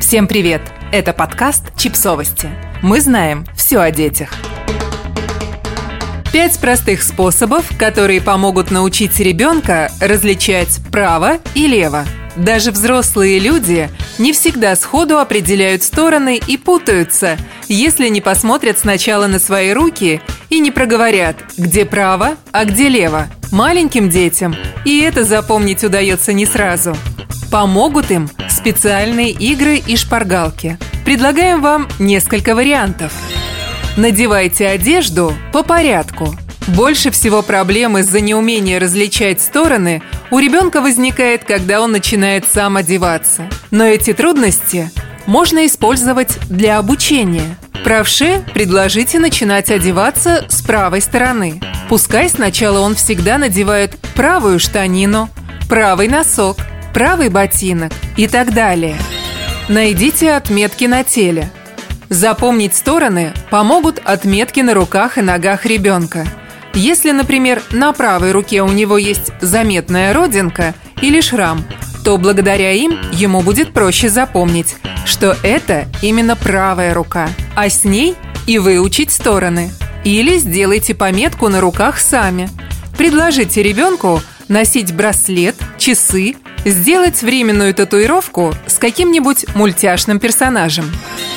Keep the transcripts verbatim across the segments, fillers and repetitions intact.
Всем привет! Это подкаст «Чипсовости». Мы знаем все о детях. Пять простых способов, которые помогут научить ребенка различать право и лево. Даже взрослые люди не всегда сходу определяют стороны и путаются, если не посмотрят сначала на свои руки и не проговорят, где право, а где лево. Маленьким детям и это запомнить удается не сразу. Помогут им специальные игры и шпаргалки. Предлагаем вам несколько вариантов. Надевайте одежду по порядку. Больше всего проблем из-за неумения различать стороны у ребенка возникает, когда он начинает сам одеваться. Но эти трудности можно использовать для обучения. Правше предложите начинать одеваться с правой стороны. Пускай сначала он всегда надевает правую штанину, правый носок, правый ботинок и так далее. Найдите отметки на теле. Запомнить стороны помогут отметки на руках и ногах ребенка. Если, например, на правой руке у него есть заметная родинка или шрам, то благодаря им ему будет проще запомнить, что это именно правая рука, а с ней и выучить стороны. Или сделайте пометку на руках сами. Предложите ребенку носить браслет, часы, сделать временную татуировку с каким-нибудь мультяшным персонажем.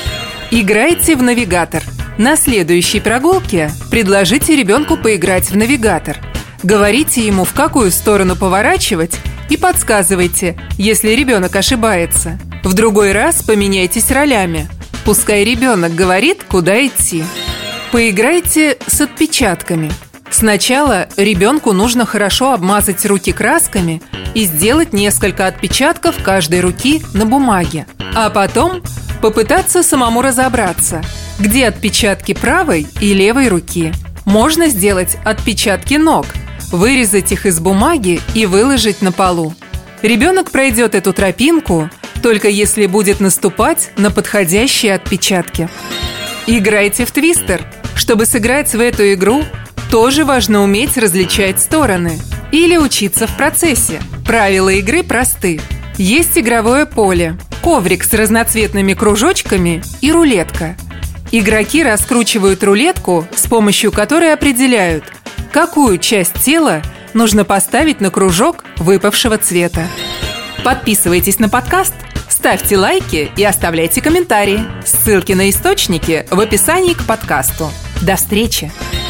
Играйте в навигатор. На следующей прогулке предложите ребенку поиграть в навигатор. Говорите ему, в какую сторону поворачивать, и подсказывайте, если ребенок ошибается. В другой раз поменяйтесь ролями. Пускай ребенок говорит, куда идти. Поиграйте с отпечатками. Сначала ребенку нужно хорошо обмазать руки красками и сделать несколько отпечатков каждой руки на бумаге. А потом попытаться самому разобраться, где отпечатки правой и левой руки. Можно сделать отпечатки ног, вырезать их из бумаги и выложить на полу. Ребенок пройдет эту тропинку, только если будет наступать на подходящие отпечатки. Играйте в твистер. Чтобы сыграть в эту игру, тоже важно уметь различать стороны или учиться в процессе. Правила игры просты. Есть игровое поле, коврик с разноцветными кружочками и рулетка. Игроки раскручивают рулетку, с помощью которой определяют, какую часть тела нужно поставить на кружок выпавшего цвета. Подписывайтесь на подкаст, ставьте лайки и оставляйте комментарии. Ссылки на источники в описании к подкасту. До встречи!